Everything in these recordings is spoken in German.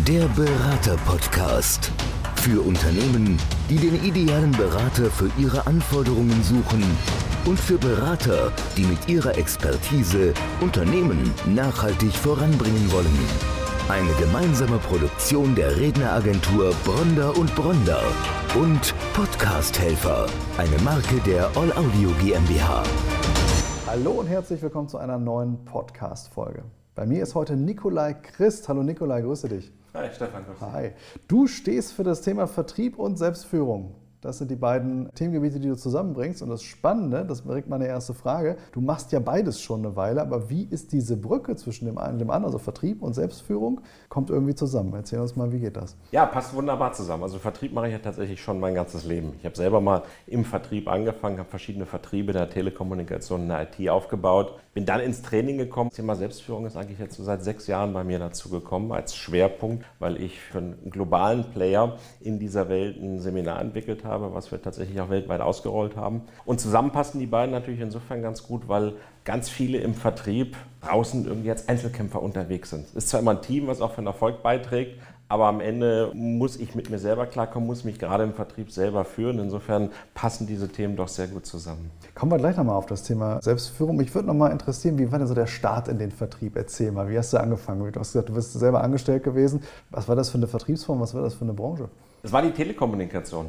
Der Berater-Podcast. Für Unternehmen, die den idealen Berater für ihre Anforderungen suchen und für Berater, die mit ihrer Expertise Unternehmen nachhaltig voranbringen wollen. Eine gemeinsame Produktion der Redneragentur Bronder und Bronder und Podcast-Helfer, eine Marke der All Audio GmbH. Hallo und herzlich willkommen zu einer neuen Podcast-Folge. Bei mir ist heute Nikolai Christ. Hallo Nikolai, grüße dich. Hi Stefan, grüß dich. Hi. Du stehst für das Thema Vertrieb und Selbstführung. Das sind die beiden Themengebiete, die du zusammenbringst. Und das Spannende, das direkt meine erste Frage, du machst ja beides schon eine Weile, aber wie ist diese Brücke zwischen dem einen und dem anderen, also Vertrieb und Selbstführung, kommt irgendwie zusammen? Erzähl uns mal, wie geht das? Ja, passt wunderbar zusammen. Also Vertrieb mache ich ja tatsächlich schon mein ganzes Leben. Ich habe selber mal im Vertrieb angefangen, habe verschiedene Vertriebe der Telekommunikation in der IT aufgebaut, bin dann ins Training gekommen. Das Thema Selbstführung ist eigentlich jetzt so seit 6 Jahren bei mir dazu gekommen als Schwerpunkt, weil ich für einen globalen Player in dieser Welt ein Seminar entwickelt habe, was wir tatsächlich auch weltweit ausgerollt haben. Und zusammen passen die beiden natürlich insofern ganz gut, weil ganz viele im Vertrieb draußen irgendwie als Einzelkämpfer unterwegs sind. Es ist zwar immer ein Team, was auch für den Erfolg beiträgt, aber am Ende muss ich mit mir selber klarkommen, muss mich gerade im Vertrieb selber führen. Insofern passen diese Themen doch sehr gut zusammen. Kommen wir gleich nochmal auf das Thema Selbstführung. Mich würde nochmal interessieren, wie war denn so der Start in den Vertrieb? Erzähl mal, wie hast du angefangen? Du hast gesagt, du bist selber angestellt gewesen. Was war das für eine Vertriebsform? Was war das für eine Branche? Es war die Telekommunikation,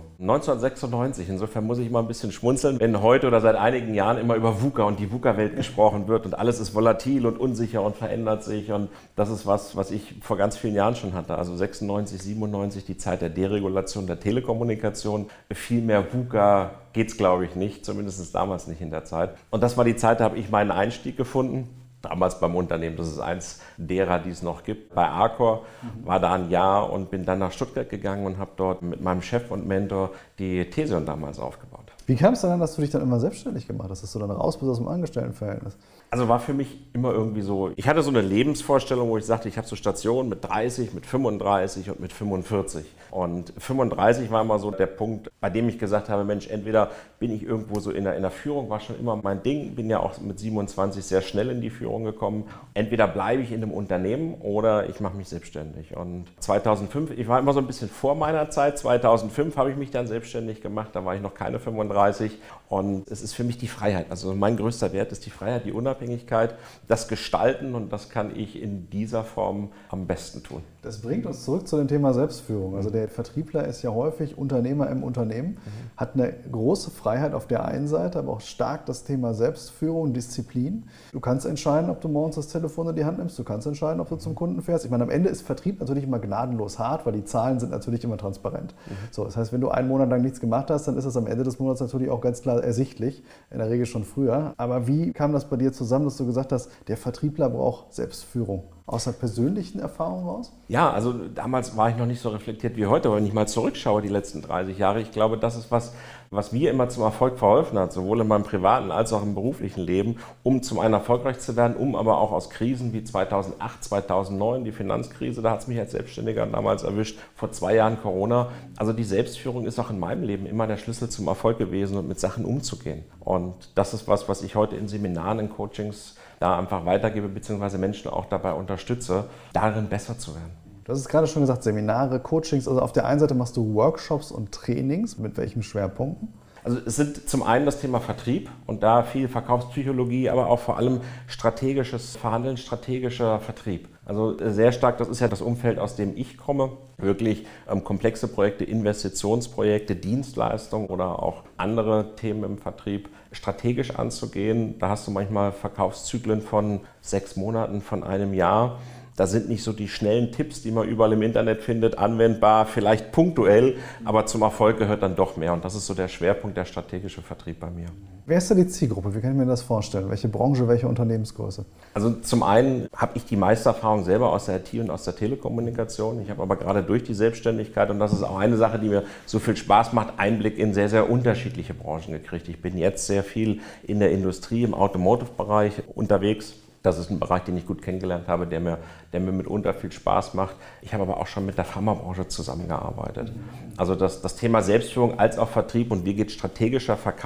1996. Insofern muss ich immer ein bisschen schmunzeln, wenn heute oder seit einigen Jahren immer über VUCA und die VUCA-Welt gesprochen wird und alles ist volatil und unsicher und verändert sich. Und das ist was ich vor ganz vielen Jahren schon hatte. Also 96, 97, die Zeit der Deregulation der Telekommunikation. Viel mehr VUCA geht es, glaube ich, nicht, zumindest damals nicht in der Zeit. Und das war die Zeit, da habe ich meinen Einstieg gefunden. Damals beim Unternehmen, das ist eins derer, die es noch gibt. Bei Arcor war da ein Jahr und bin dann nach Stuttgart gegangen und habe dort mit meinem Chef und Mentor die Thesion damals aufgebaut. Wie kam es dann, dass du dich dann immer selbstständig gemacht hast, dass du dann raus bist aus dem Angestelltenverhältnis? Also war für mich immer irgendwie so, ich hatte so eine Lebensvorstellung, wo ich sagte, ich habe so Stationen mit 30, mit 35 und mit 45. Und 35 war immer so der Punkt, bei dem ich gesagt habe, Mensch, entweder bin ich irgendwo so in der Führung, war schon immer mein Ding, bin ja auch mit 27 sehr schnell in die Führung gekommen. Entweder bleibe ich in einem Unternehmen oder ich mache mich selbstständig. Und 2005, ich war immer so ein bisschen vor meiner Zeit, 2005 habe ich mich dann selbstständig gemacht, da war ich noch keine 35. Und es ist für mich die Freiheit. Also mein größter Wert ist die Freiheit, die Unabhängigkeit, das Gestalten und das kann ich in dieser Form am besten tun. Das bringt uns zurück zu dem Thema Selbstführung. Also der Vertriebler ist ja häufig Unternehmer im Unternehmen, hat eine große Freiheit auf der einen Seite, aber auch stark das Thema Selbstführung, Disziplin. Du kannst entscheiden, ob du morgens das Telefon in die Hand nimmst, du kannst entscheiden, ob du zum Kunden fährst. Ich meine, am Ende ist Vertrieb natürlich immer gnadenlos hart, weil die Zahlen sind natürlich immer transparent. So, das heißt, wenn du einen Monat lang nichts gemacht hast, dann ist es am Ende des Monats natürlich auch ganz klar ersichtlich, in der Regel schon früher. Aber wie kam das bei dir zusammen, dass du gesagt hast, der Vertriebler braucht Selbstführung? Aus einer persönlichen Erfahrung raus? Ja, also damals war ich noch nicht so reflektiert wie heute, aber wenn ich mal zurückschaue, die letzten 30 Jahre, ich glaube, das ist was mir immer zum Erfolg verholfen hat, sowohl in meinem privaten als auch im beruflichen Leben, um zum einen erfolgreich zu werden, um aber auch aus Krisen wie 2008, 2009, die Finanzkrise, da hat es mich als Selbstständiger damals erwischt, vor 2 Jahren Corona. Also die Selbstführung ist auch in meinem Leben immer der Schlüssel zum Erfolg gewesen und mit Sachen umzugehen. Und das ist was ich heute in Seminaren, in Coachings da einfach weitergebe, beziehungsweise Menschen auch dabei unterstütze, darin besser zu werden. Du hast es gerade schon gesagt, Seminare, Coachings, also auf der einen Seite machst du Workshops und Trainings, mit welchen Schwerpunkten? Also es sind zum einen das Thema Vertrieb und da viel Verkaufspsychologie, aber auch vor allem strategisches Verhandeln, strategischer Vertrieb. Also sehr stark, das ist ja das Umfeld, aus dem ich komme, wirklich komplexe Projekte, Investitionsprojekte, Dienstleistungen oder auch andere Themen im Vertrieb strategisch anzugehen. Da hast du manchmal Verkaufszyklen von 6 Monaten, von einem Jahr. Da sind nicht so die schnellen Tipps, die man überall im Internet findet, anwendbar, vielleicht punktuell, aber zum Erfolg gehört dann doch mehr. Und das ist so der Schwerpunkt, der strategische Vertrieb bei mir. Wer ist da die Zielgruppe? Wie kann ich mir das vorstellen? Welche Branche, welche Unternehmensgröße? Also zum einen habe ich die meiste Erfahrung selber aus der IT und aus der Telekommunikation. Ich habe aber gerade durch die Selbstständigkeit, und das ist auch eine Sache, die mir so viel Spaß macht, Einblick in sehr, sehr unterschiedliche Branchen gekriegt. Ich bin jetzt sehr viel in der Industrie, im Automotive-Bereich unterwegs. Das ist ein Bereich, den ich gut kennengelernt habe, der mir mitunter viel Spaß macht. Ich habe aber auch schon mit der Pharmabranche zusammengearbeitet. Also das Thema Selbstführung als auch Vertrieb und wie geht strategischer Verkauf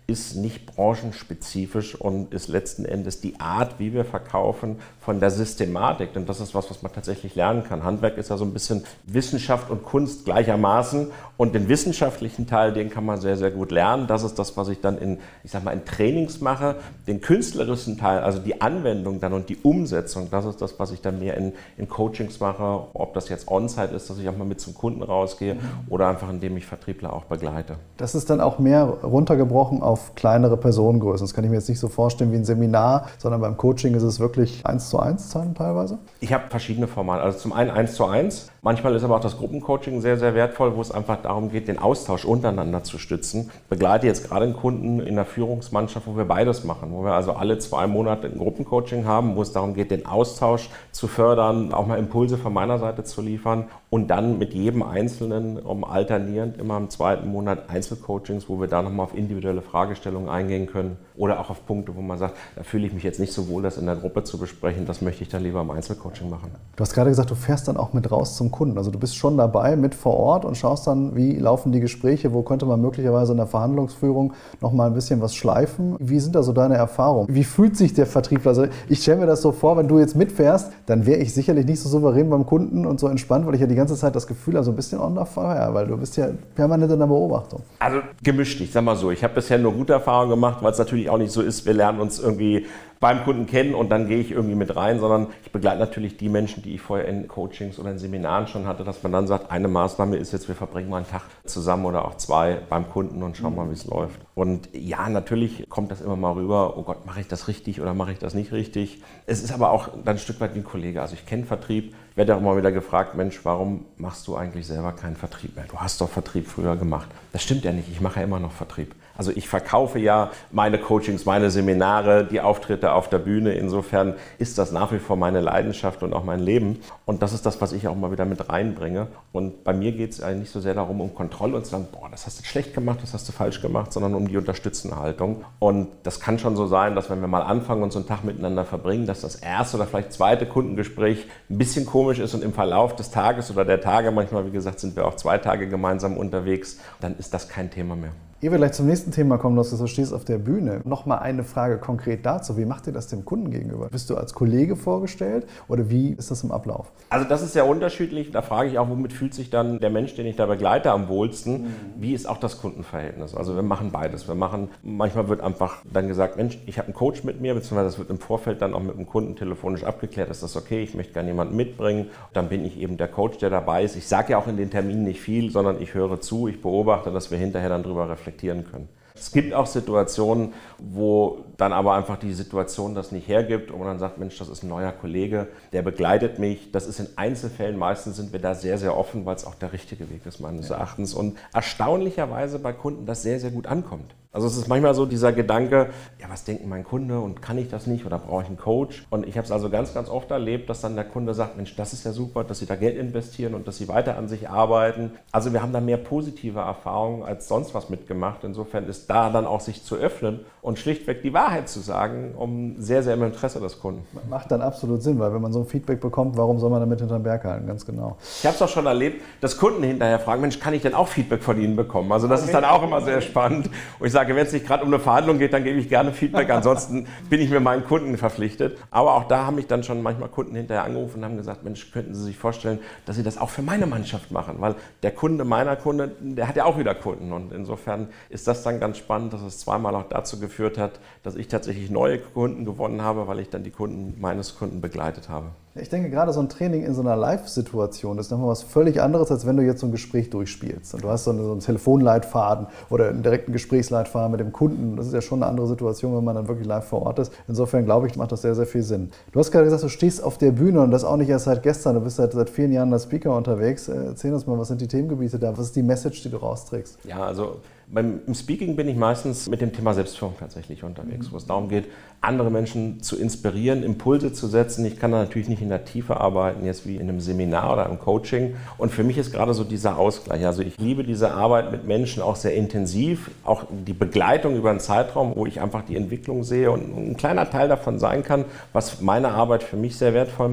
ist nicht branchenspezifisch und ist letzten Endes die Art, wie wir verkaufen, von der Systematik. Und das ist was man tatsächlich lernen kann. Handwerk ist ja so ein bisschen Wissenschaft und Kunst gleichermaßen. Und den wissenschaftlichen Teil, den kann man sehr, sehr gut lernen. Das ist das, was ich dann in Trainings mache. Den künstlerischen Teil, also die Anwendung dann und die Umsetzung, das ist das, was ich dann mehr in Coachings mache. Ob das jetzt On-Site ist, dass ich auch mal mit zum Kunden rausgehe oder einfach indem ich Vertriebler auch begleite. Das ist dann auch mehr runtergebrochen auf kleinere Personengrößen. Das kann ich mir jetzt nicht so vorstellen wie ein Seminar, sondern beim Coaching ist es wirklich 1:1 teilweise? Ich habe verschiedene Formate. Also zum einen 1:1. Manchmal ist aber auch das Gruppencoaching sehr, sehr wertvoll, wo es einfach darum geht, den Austausch untereinander zu stützen. Ich begleite jetzt gerade einen Kunden in der Führungsmannschaft, wo wir beides machen, wo wir also alle 2 Monate ein Gruppencoaching haben, wo es darum geht, den Austausch zu fördern, auch mal Impulse von meiner Seite zu liefern und dann mit jedem Einzelnen alternierend immer im 2. Monat Einzelcoachings, wo wir da nochmal auf individuelle Fragestellungen eingehen können oder auch auf Punkte, wo man sagt, da fühle ich mich jetzt nicht so wohl, das in der Gruppe zu besprechen, das möchte ich dann lieber im Einzelcoaching machen. Du hast gerade gesagt, du fährst dann auch mit raus zum Kunden. Also du bist schon dabei, mit vor Ort und schaust dann, wie laufen die Gespräche, wo könnte man möglicherweise in der Verhandlungsführung noch mal ein bisschen was schleifen. Wie sind da so deine Erfahrungen? Wie fühlt sich der Vertriebler? Also ich stelle mir das so vor, wenn du jetzt mitfährst, dann wäre ich sicherlich nicht so souverän beim Kunden und so entspannt, weil ich ja die ganze Zeit das Gefühl habe, so ein bisschen on fire, weil du bist ja permanent in der Beobachtung. Also gemischt, ich sag mal so. Ich habe bisher nur gute Erfahrungen gemacht, weil es natürlich auch nicht so ist, wir lernen uns irgendwie beim Kunden kennen und dann gehe ich irgendwie mit rein, sondern ich begleite natürlich die Menschen, die ich vorher in Coachings oder in Seminaren schon hatte, dass man dann sagt, eine Maßnahme ist jetzt, wir verbringen mal einen Tag zusammen oder auch 2 beim Kunden und schauen mal, wie es läuft. Und ja, natürlich kommt das immer mal rüber, oh Gott, mache ich das richtig oder mache ich das nicht richtig? Es ist aber auch dann ein Stück weit wie ein Kollege. Also ich kenne Vertrieb, werde auch immer wieder gefragt, Mensch, warum machst du eigentlich selber keinen Vertrieb mehr? Du hast doch Vertrieb früher gemacht. Das stimmt ja nicht, ich mache ja immer noch Vertrieb. Also ich verkaufe ja meine Coachings, meine Seminare, die Auftritte auf der Bühne. Insofern ist das nach wie vor meine Leidenschaft und auch mein Leben. Und das ist das, was ich auch mal wieder mit reinbringe. Und bei mir geht es eigentlich nicht so sehr darum, um Kontrolle und zu sagen, boah, das hast du schlecht gemacht, das hast du falsch gemacht, sondern um die unterstützende Haltung. Und das kann schon so sein, dass wenn wir mal anfangen und so einen Tag miteinander verbringen, dass das erste oder vielleicht zweite Kundengespräch ein bisschen komisch ist und im Verlauf des Tages oder der Tage, manchmal wie gesagt, sind wir auch 2 Tage gemeinsam unterwegs, dann ist das kein Thema mehr. Ehe wir gleich zum nächsten Thema kommen, dass du so stehst auf der Bühne, nochmal eine Frage konkret dazu. Wie macht ihr das dem Kunden gegenüber? Bist du als Kollege vorgestellt oder wie ist das im Ablauf? Also das ist sehr unterschiedlich. Da frage ich auch, womit fühlt sich dann der Mensch, den ich da begleite, am wohlsten? Wie ist auch das Kundenverhältnis? Also wir machen beides. Manchmal wird einfach dann gesagt, Mensch, ich habe einen Coach mit mir, beziehungsweise das wird im Vorfeld dann auch mit dem Kunden telefonisch abgeklärt, ist das okay, ich möchte gerne jemanden mitbringen. Dann bin ich eben der Coach, der dabei ist. Ich sage ja auch in den Terminen nicht viel, sondern ich höre zu, ich beobachte, dass wir hinterher dann drüber reflektieren können. Es gibt auch Situationen, wo dann aber einfach die Situation das nicht hergibt und man dann sagt, Mensch, das ist ein neuer Kollege, der begleitet mich. Das ist in Einzelfällen, meistens sind wir da sehr, sehr offen, weil es auch der richtige Weg ist meines Erachtens und erstaunlicherweise bei Kunden das sehr, sehr gut ankommt. Also es ist manchmal so dieser Gedanke, ja, was denkt mein Kunde und kann ich das nicht oder brauche ich einen Coach? Und ich habe es also ganz, ganz oft erlebt, dass dann der Kunde sagt, Mensch, das ist ja super, dass Sie da Geld investieren und dass Sie weiter an sich arbeiten. Also wir haben da mehr positive Erfahrungen als sonst was mitgemacht. Insofern ist da dann auch sich zu öffnen und schlichtweg die Wahrheit zu sagen, sehr, sehr im Interesse des Kunden. Macht dann absolut Sinn, weil wenn man so ein Feedback bekommt, warum soll man damit hinterm Berg halten? Ganz genau. Ich habe es auch schon erlebt, dass Kunden hinterher fragen, Mensch, kann ich denn auch Feedback von Ihnen bekommen? Also das ist dann auch immer sehr spannend. Und ich sage, wenn es nicht gerade um eine Verhandlung geht, dann gebe ich gerne Feedback. Ansonsten bin ich mir meinen Kunden verpflichtet. Aber auch da haben mich dann schon manchmal Kunden hinterher angerufen und haben gesagt, Mensch, könnten Sie sich vorstellen, dass Sie das auch für meine Mannschaft machen? Weil der Kunde meiner Kunde, der hat ja auch wieder Kunden. Und insofern ist das dann ganz spannend, dass es zweimal auch dazu geführt hat, dass ich tatsächlich neue Kunden gewonnen habe, weil ich dann die Kunden meines Kunden begleitet habe. Ich denke, gerade so ein Training in so einer Live-Situation ist nochmal was völlig anderes, als wenn du jetzt so ein Gespräch durchspielst. Und du hast so einen Telefonleitfaden oder einen direkten Gesprächsleitfaden mit dem Kunden. Das ist ja schon eine andere Situation, wenn man dann wirklich live vor Ort ist. Insofern, glaube ich, macht das sehr, sehr viel Sinn. Du hast gerade gesagt, du stehst auf der Bühne und das auch nicht erst seit gestern. Du bist seit vielen Jahren als Speaker unterwegs. Erzähl uns mal, was sind die Themengebiete da? Was ist die Message, die du rausträgst? Ja, also im Speaking bin ich meistens mit dem Thema Selbstführung tatsächlich unterwegs, wo es darum geht, andere Menschen zu inspirieren, Impulse zu setzen. Ich kann da natürlich nicht in der Tiefe arbeiten, jetzt wie in einem Seminar oder im Coaching. Und für mich ist gerade so dieser Ausgleich. Also ich liebe diese Arbeit mit Menschen auch sehr intensiv, auch die Begleitung über einen Zeitraum, wo ich einfach die Entwicklung sehe und ein kleiner Teil davon sein kann, was meine Arbeit für mich sehr wertvoll macht.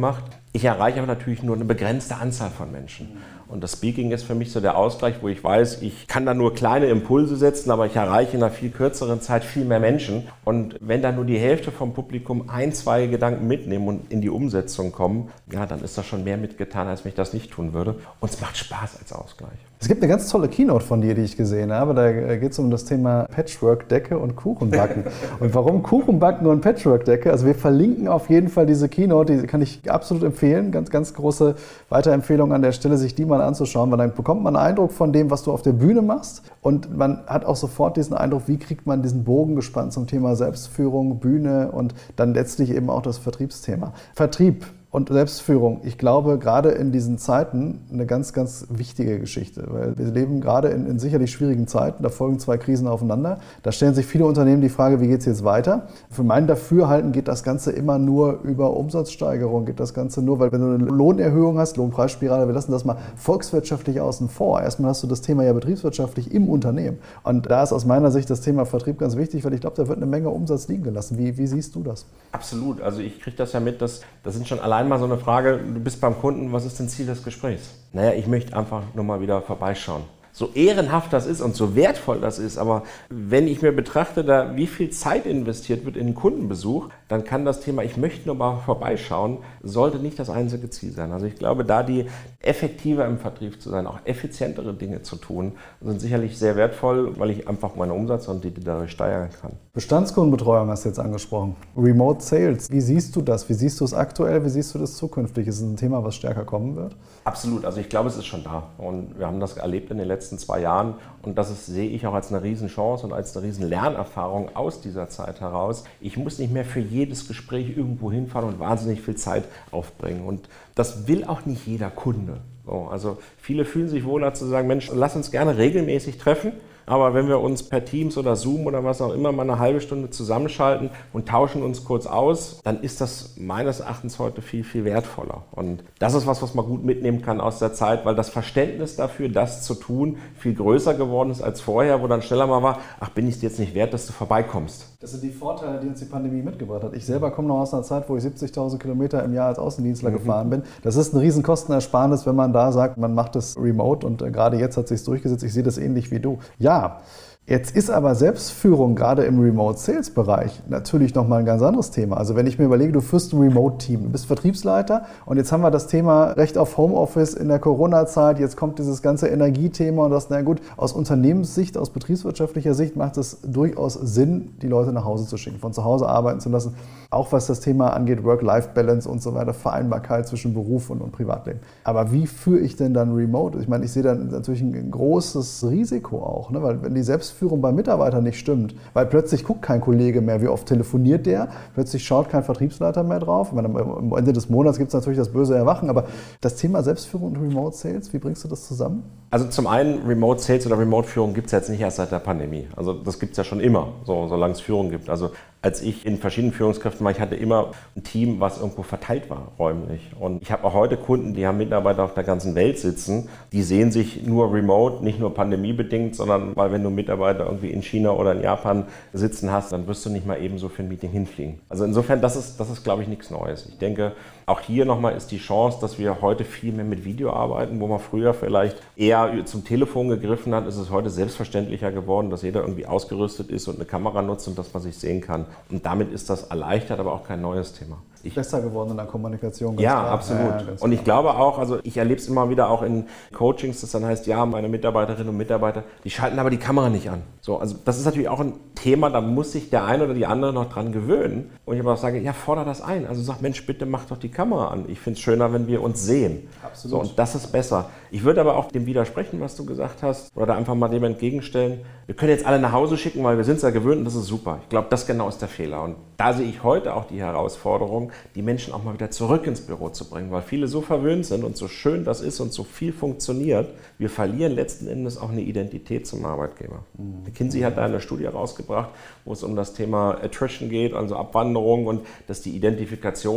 Ich erreiche aber natürlich nur eine begrenzte Anzahl von Menschen. Und das Speaking ist für mich so der Ausgleich, wo ich weiß, ich kann da nur kleine Impulse setzen, aber ich erreiche in einer viel kürzeren Zeit viel mehr Menschen. Und wenn da nur die Hälfte vom Publikum 1, 2 Gedanken mitnehmen und in die Umsetzung kommen, ja, dann ist das schon mehr mitgetan, als wenn ich das nicht tun würde. Und es macht Spaß als Ausgleich. Es gibt eine ganz tolle Keynote von dir, die ich gesehen habe. Da geht es um das Thema Patchwork-Decke und Kuchenbacken. Und warum Kuchenbacken und Patchwork-Decke? Also wir verlinken auf jeden Fall diese Keynote, die kann ich absolut empfehlen. Ganz, ganz große Weiterempfehlung an der Stelle, sich die mal anzuschauen, weil dann bekommt man einen Eindruck von dem, was du auf der Bühne machst. Und man hat auch sofort diesen Eindruck, wie kriegt man diesen Bogen gespannt zum Thema Selbstführung, Bühne und dann letztlich eben auch das Vertriebsthema. Vertrieb und Selbstführung, ich glaube, gerade in diesen Zeiten eine ganz, ganz wichtige Geschichte, weil wir leben gerade in sicherlich schwierigen Zeiten, da folgen 2 Krisen aufeinander. Da stellen sich viele Unternehmen die Frage, wie geht es jetzt weiter? Für mein Dafürhalten geht das Ganze immer nur über Umsatzsteigerung, geht das Ganze nur, weil wenn du eine Lohnerhöhung hast, Lohnpreisspirale, wir lassen das mal volkswirtschaftlich außen vor. Erstmal hast du das Thema ja betriebswirtschaftlich im Unternehmen. Und da ist aus meiner Sicht das Thema Vertrieb ganz wichtig, weil ich glaube, da wird eine Menge Umsatz liegen gelassen. Wie siehst du das? Absolut. Also ich kriege das ja mit, das sind schon allein mal so eine Frage, du bist beim Kunden, was ist denn Ziel des Gesprächs? Naja, ich möchte einfach nur mal wieder vorbeischauen. So ehrenhaft das ist und so wertvoll das ist, aber wenn ich mir betrachte, da wie viel Zeit investiert wird in den Kundenbesuch, dann kann das Thema, ich möchte nur mal vorbeischauen, sollte nicht das einzige Ziel sein. Also ich glaube, da die effektiver im Vertrieb zu sein, auch effizientere Dinge zu tun, sind sicherlich sehr wertvoll, weil ich einfach meinen Umsatz und die dadurch steigern kann. Bestandskundenbetreuung hast du jetzt angesprochen. Remote Sales, wie siehst du das? Wie siehst du es aktuell? Wie siehst du das zukünftig? Ist es ein Thema, was stärker kommen wird? Absolut. Also ich glaube, es ist schon da. Und wir haben das erlebt in den letzten 2 Jahren. Und das sehe ich auch als eine Riesenchance und als eine riesen Lernerfahrung aus dieser Zeit heraus. Ich muss nicht mehr für jedes Gespräch irgendwo hinfahren und wahnsinnig viel Zeit aufbringen. Und das will auch nicht jeder Kunde. So, also viele fühlen sich wohler zu sagen, Mensch, lass uns gerne regelmäßig treffen. Aber wenn wir uns per Teams oder Zoom oder was auch immer mal eine halbe Stunde zusammenschalten und tauschen uns kurz aus, dann ist das meines Erachtens heute viel, viel wertvoller. Und das ist was man gut mitnehmen kann aus der Zeit, weil das Verständnis dafür, das zu tun, viel größer geworden ist als vorher, wo dann schneller mal war, ach, bin ich es jetzt nicht wert, dass du vorbeikommst. Das sind die Vorteile, die uns die Pandemie mitgebracht hat. Ich selber komme noch aus einer Zeit, wo ich 70.000 Kilometer im Jahr als Außendienstler gefahren bin. Das ist ein riesen Kostenersparnis, wenn man da sagt, man macht es remote und gerade jetzt hat es sich durchgesetzt. Ich sehe das ähnlich wie du. Ja, jetzt ist aber Selbstführung gerade im Remote-Sales-Bereich natürlich nochmal ein ganz anderes Thema. Also wenn ich mir überlege, du führst ein Remote-Team, du bist Vertriebsleiter und jetzt haben wir das Thema Recht auf Homeoffice in der Corona-Zeit, jetzt kommt dieses ganze Energiethema und das, na gut, aus Unternehmenssicht, aus betriebswirtschaftlicher Sicht macht es durchaus Sinn, die Leute nach Hause zu schicken, von zu Hause arbeiten zu lassen, auch was das Thema angeht, Work-Life-Balance und so weiter, Vereinbarkeit zwischen Beruf und Privatleben. Aber wie führe ich denn dann Remote? Ich meine, ich sehe da natürlich ein großes Risiko auch, ne? Weil wenn die Selbstführung beim Mitarbeiter nicht stimmt, weil plötzlich guckt kein Kollege mehr, wie oft telefoniert der, plötzlich schaut kein Vertriebsleiter mehr drauf. Ich meine, am Ende des Monats gibt es natürlich das böse Erwachen, aber das Thema Selbstführung und Remote Sales, wie bringst du das zusammen? Also zum einen, Remote Sales oder Remote-Führung gibt es jetzt nicht erst seit der Pandemie. Also das gibt es ja schon immer, solange es Führung gibt. Also als ich in verschiedenen Führungskräften war, ich hatte immer ein Team, was irgendwo verteilt war, räumlich. Und ich habe auch heute Kunden, die haben Mitarbeiter auf der ganzen Welt sitzen, die sehen sich nur remote, nicht nur pandemiebedingt, sondern weil wenn du Mitarbeiter irgendwie in China oder in Japan sitzen hast, dann wirst du nicht mal eben so für ein Meeting hinfliegen. Also insofern, das ist glaube ich, nichts Neues. Ich denke, auch hier nochmal ist die Chance, dass wir heute viel mehr mit Video arbeiten, wo man früher vielleicht eher zum Telefon gegriffen hat, ist es heute selbstverständlicher geworden, dass jeder irgendwie ausgerüstet ist und eine Kamera nutzt und dass man sich sehen kann. Und damit ist das erleichtert, aber auch kein neues Thema. Besser geworden in der Kommunikation. Ja, klar. Absolut. Ja, und ich glaube auch, also ich erlebe es immer wieder auch in Coachings, dass dann heißt, ja, meine Mitarbeiterinnen und Mitarbeiter, die schalten aber die Kamera nicht an. So, also das ist natürlich auch ein Thema, da muss sich der eine oder die andere noch dran gewöhnen. Und ich aber auch sage, ja, fordere das ein. Also sag, Mensch, bitte mach doch die Kamera an. Ich finde es schöner, wenn wir uns sehen. Absolut. So, und das ist besser. Ich würde aber auch dem widersprechen, was du gesagt hast, oder einfach mal dem entgegenstellen. Wir können jetzt alle nach Hause schicken, weil wir sind es ja gewöhnt und das ist super. Ich glaube, das genau ist der Fehler. Und da sehe ich heute auch die Herausforderung, die Menschen auch mal wieder zurück ins Büro zu bringen, weil viele so verwöhnt sind und so schön das ist und so viel funktioniert. Wir verlieren letzten Endes auch eine Identität zum Arbeitgeber. McKinsey hat da eine Studie rausgebracht, wo es um das Thema Attrition geht, also Abwanderung und dass die Identifikation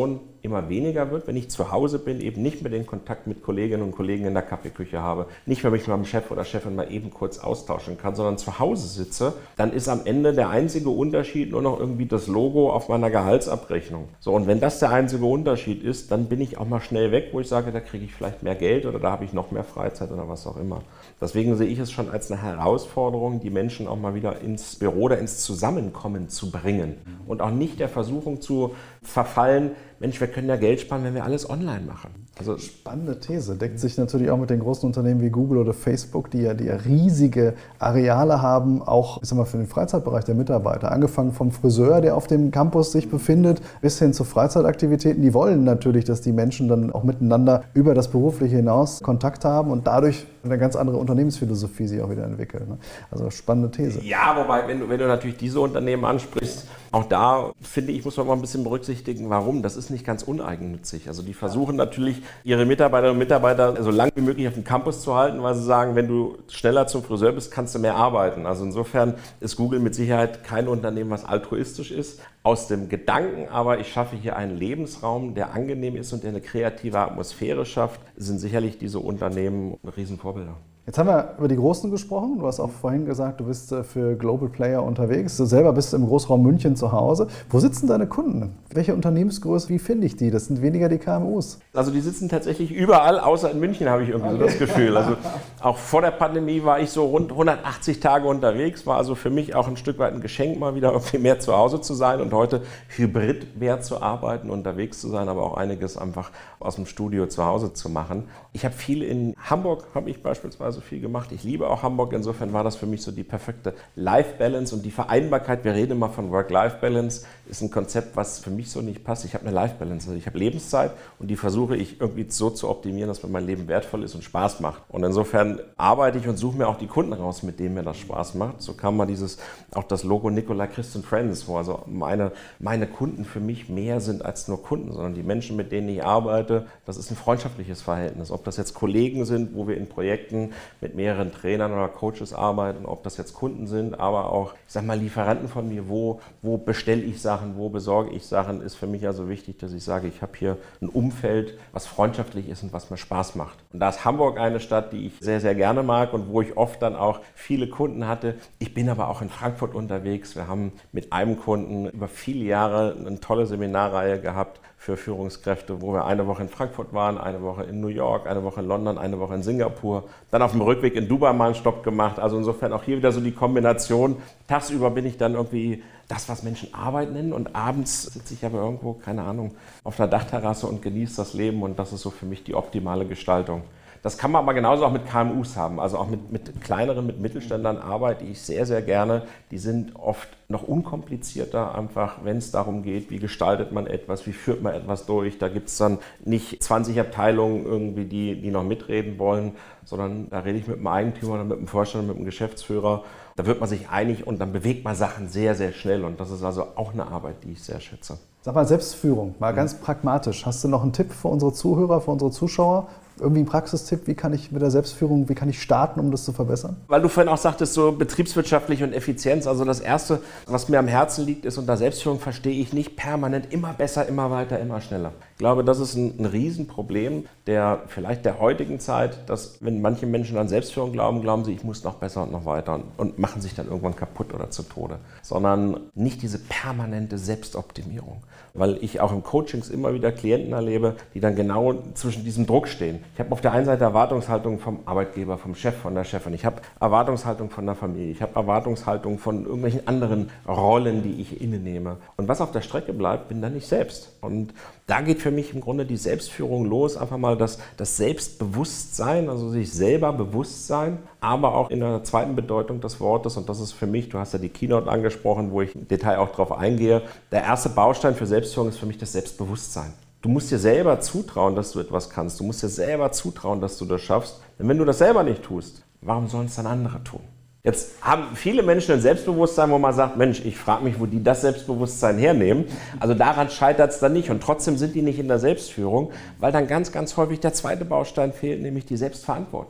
immer weniger wird, wenn ich zu Hause bin, eben nicht mehr den Kontakt mit Kolleginnen und Kollegen in der Kaffeeküche habe, nicht mehr mich mit meinem Chef oder Chefin mal eben kurz austauschen kann, sondern zu Hause sitze, dann ist am Ende der einzige Unterschied nur noch irgendwie das Logo auf meiner Gehaltsabrechnung. So, und wenn das der einzige Unterschied ist, dann bin ich auch mal schnell weg, wo ich sage, da kriege ich vielleicht mehr Geld oder da habe ich noch mehr Freizeit oder was auch immer. Deswegen sehe ich es schon als eine Herausforderung, die Menschen auch mal wieder ins Büro oder ins Zusammenkommen zu bringen und auch nicht der Versuchung zu verfallen, Mensch, wir können ja Geld sparen, wenn wir alles online machen. Also spannende These. Deckt sich natürlich auch mit den großen Unternehmen wie Google oder Facebook, die ja riesige Areale haben, auch ich sag mal, für den Freizeitbereich der Mitarbeiter. Angefangen vom Friseur, der auf dem Campus sich befindet, bis hin zu Freizeitaktivitäten. Die wollen natürlich, dass die Menschen dann auch miteinander über das Berufliche hinaus Kontakt haben und dadurch eine ganz andere Unternehmensphilosophie sich auch wieder entwickeln. Also spannende These. Ja, wobei, wenn du natürlich diese Unternehmen ansprichst, auch da, finde ich, muss man mal ein bisschen berücksichtigen, warum. Das ist nicht ganz uneigennützig. Also die versuchen natürlich, ihre Mitarbeiterinnen und Mitarbeiter so lange wie möglich auf dem Campus zu halten, weil sie sagen, wenn du schneller zum Friseur bist, kannst du mehr arbeiten. Also insofern ist Google mit Sicherheit kein Unternehmen, was altruistisch ist. Aus dem Gedanken aber, ich schaffe hier einen Lebensraum, der angenehm ist und der eine kreative Atmosphäre schafft, sind sicherlich diese Unternehmen Riesenvorbilder. Jetzt haben wir über die Großen gesprochen. Du hast auch vorhin gesagt, du bist für Global Player unterwegs. Du selber bist im Großraum München zu Hause. Wo sitzen deine Kunden? Welche Unternehmensgröße, wie finde ich die? Das sind weniger die KMUs. Also die sitzen tatsächlich überall, außer in München, habe ich irgendwie so das Gefühl. Also auch vor der Pandemie war ich so rund 180 Tage unterwegs. War also für mich auch ein Stück weit ein Geschenk, mal wieder irgendwie mehr zu Hause zu sein und heute hybrid mehr zu arbeiten, unterwegs zu sein, aber auch einiges einfach aus dem Studio zu Hause zu machen. Ich habe viel in Hamburg, habe ich beispielsweise viel gemacht. Ich liebe auch Hamburg, insofern war das für mich so die perfekte Life-Balance und die Vereinbarkeit. Wir reden immer von Work-Life-Balance, ist ein Konzept, was für mich so nicht passt. Ich habe eine Life-Balance, also ich habe Lebenszeit und die versuche ich irgendwie so zu optimieren, dass mir mein Leben wertvoll ist und Spaß macht. Und insofern arbeite ich und suche mir auch die Kunden raus, mit denen mir das Spaß macht. So kam mal auch das Logo Nicola Christ & Friends vor. Also meine Kunden für mich mehr sind als nur Kunden, sondern die Menschen, mit denen ich arbeite, das ist ein freundschaftliches Verhältnis. Ob das jetzt Kollegen sind, wo wir in Projekten mit mehreren Trainern oder Coaches arbeiten, ob das jetzt Kunden sind, aber auch, ich sag mal, Lieferanten von mir, wo bestelle ich Sachen, wo besorge ich Sachen, ist für mich also wichtig, dass ich sage, ich habe hier ein Umfeld, was freundschaftlich ist und was mir Spaß macht. Und da ist Hamburg eine Stadt, die ich sehr, sehr gerne mag und wo ich oft dann auch viele Kunden hatte. Ich bin aber auch in Frankfurt unterwegs. Wir haben mit einem Kunden über viele Jahre eine tolle Seminarreihe gehabt für Führungskräfte, wo wir eine Woche in Frankfurt waren, eine Woche in New York, eine Woche in London, eine Woche in Singapur, dann auf dem Rückweg in Dubai mal einen Stopp gemacht. Also insofern auch hier wieder so die Kombination. Tagsüber bin ich dann irgendwie das, was Menschen Arbeit nennen und abends sitze ich aber irgendwo, keine Ahnung, auf einer Dachterrasse und genieße das Leben und das ist so für mich die optimale Gestaltung. Das kann man aber genauso auch mit KMUs haben, also auch mit kleineren, mit Mittelständlern arbeite ich sehr, sehr gerne. Die sind oft noch unkomplizierter, einfach wenn es darum geht, wie gestaltet man etwas, wie führt man etwas durch. Da gibt es dann nicht 20 Abteilungen irgendwie, die noch mitreden wollen, sondern da rede ich mit dem Eigentümer oder mit dem Vorstand, mit dem Geschäftsführer. Da wird man sich einig und dann bewegt man Sachen sehr, sehr schnell und das ist also auch eine Arbeit, die ich sehr schätze. Sag mal, Selbstführung, mal ganz pragmatisch. Hast du noch einen Tipp für unsere Zuhörer, für unsere Zuschauer? Irgendwie einen Praxistipp, wie kann ich mit der Selbstführung, wie kann ich starten, um das zu verbessern? Weil du vorhin auch sagtest, so betriebswirtschaftlich und Effizienz, also das Erste, was mir am Herzen liegt, ist, unter Selbstführung verstehe ich nicht permanent immer besser, immer weiter, immer schneller. Ich glaube, das ist ein Riesenproblem der heutigen Zeit, dass wenn manche Menschen an Selbstführung glauben sie, ich muss noch besser und noch weiter und machen sich dann irgendwann kaputt oder zu Tode. Sondern nicht diese permanente Selbstoptimierung. Weil ich auch im Coachings immer wieder Klienten erlebe, die dann genau zwischen diesem Druck stehen. Ich habe auf der einen Seite Erwartungshaltung vom Arbeitgeber, vom Chef, von der Chefin. Ich habe Erwartungshaltung von der Familie. Ich habe Erwartungshaltung von irgendwelchen anderen Rollen, die ich innenehme. Und was auf der Strecke bleibt, bin dann ich selbst. Und da geht für mich im Grunde die Selbstführung los. Einfach mal das Selbstbewusstsein, also sich selber bewusst sein, aber auch in der zweiten Bedeutung des Wortes. Und das ist für mich, du hast ja die Keynote angesprochen, wo ich im Detail auch drauf eingehe. Der erste Baustein für Selbstführung ist für mich das Selbstbewusstsein. Du musst dir selber zutrauen, dass du etwas kannst. Du musst dir selber zutrauen, dass du das schaffst. Denn wenn du das selber nicht tust, warum sollen es dann andere tun? Jetzt haben viele Menschen ein Selbstbewusstsein, wo man sagt, Mensch, ich frage mich, wo die das Selbstbewusstsein hernehmen. Also daran scheitert es dann nicht. Und trotzdem sind die nicht in der Selbstführung, weil dann ganz, ganz häufig der zweite Baustein fehlt, nämlich die Selbstverantwortung.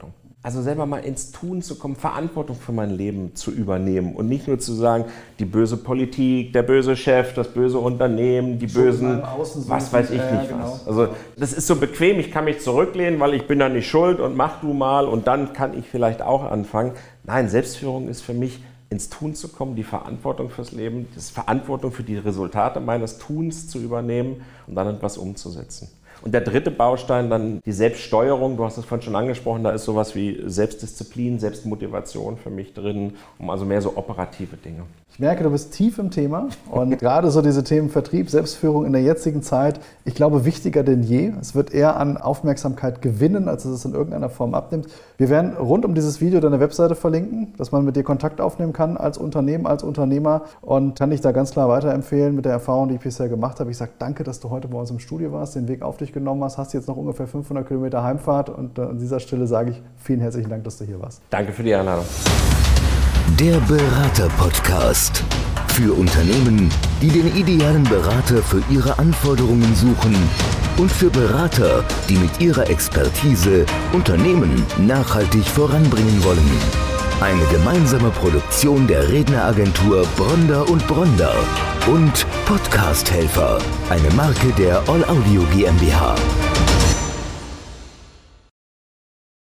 Also selber mal ins Tun zu kommen, Verantwortung für mein Leben zu übernehmen und nicht nur zu sagen, die böse Politik, der böse Chef, das böse Unternehmen, die bösen, was weiß ich nicht was. Also das ist so bequem, ich kann mich zurücklehnen, weil ich bin da nicht schuld und mach du mal und dann kann ich vielleicht auch anfangen. Nein, Selbstführung ist für mich, ins Tun zu kommen, die Verantwortung fürs Leben, die Verantwortung für die Resultate meines Tuns zu übernehmen und dann etwas umzusetzen. Und der dritte Baustein dann die Selbststeuerung, du hast es vorhin schon angesprochen, da ist sowas wie Selbstdisziplin, Selbstmotivation für mich drin, um also mehr so operative Dinge. Ich merke, du bist tief im Thema und gerade so diese Themen Vertrieb, Selbstführung in der jetzigen Zeit, ich glaube, wichtiger denn je. Es wird eher an Aufmerksamkeit gewinnen, als es in irgendeiner Form abnimmt. Wir werden rund um dieses Video deine Webseite verlinken, dass man mit dir Kontakt aufnehmen kann als Unternehmen, als Unternehmer und kann dich da ganz klar weiterempfehlen mit der Erfahrung, die ich bisher gemacht habe. Ich sage danke, dass du heute bei uns im Studio warst, den Weg auf dich genommen hast jetzt noch ungefähr 500 Kilometer Heimfahrt und an dieser Stelle sage ich vielen herzlichen Dank, dass du hier warst. Danke für die Einladung. Der Berater-Podcast. Für Unternehmen, die den idealen Berater für ihre Anforderungen suchen und für Berater, die mit ihrer Expertise Unternehmen nachhaltig voranbringen wollen. Eine gemeinsame Produktion der Redneragentur Bronder und Bronder und Podcast Helfer, eine Marke der All Audio GmbH.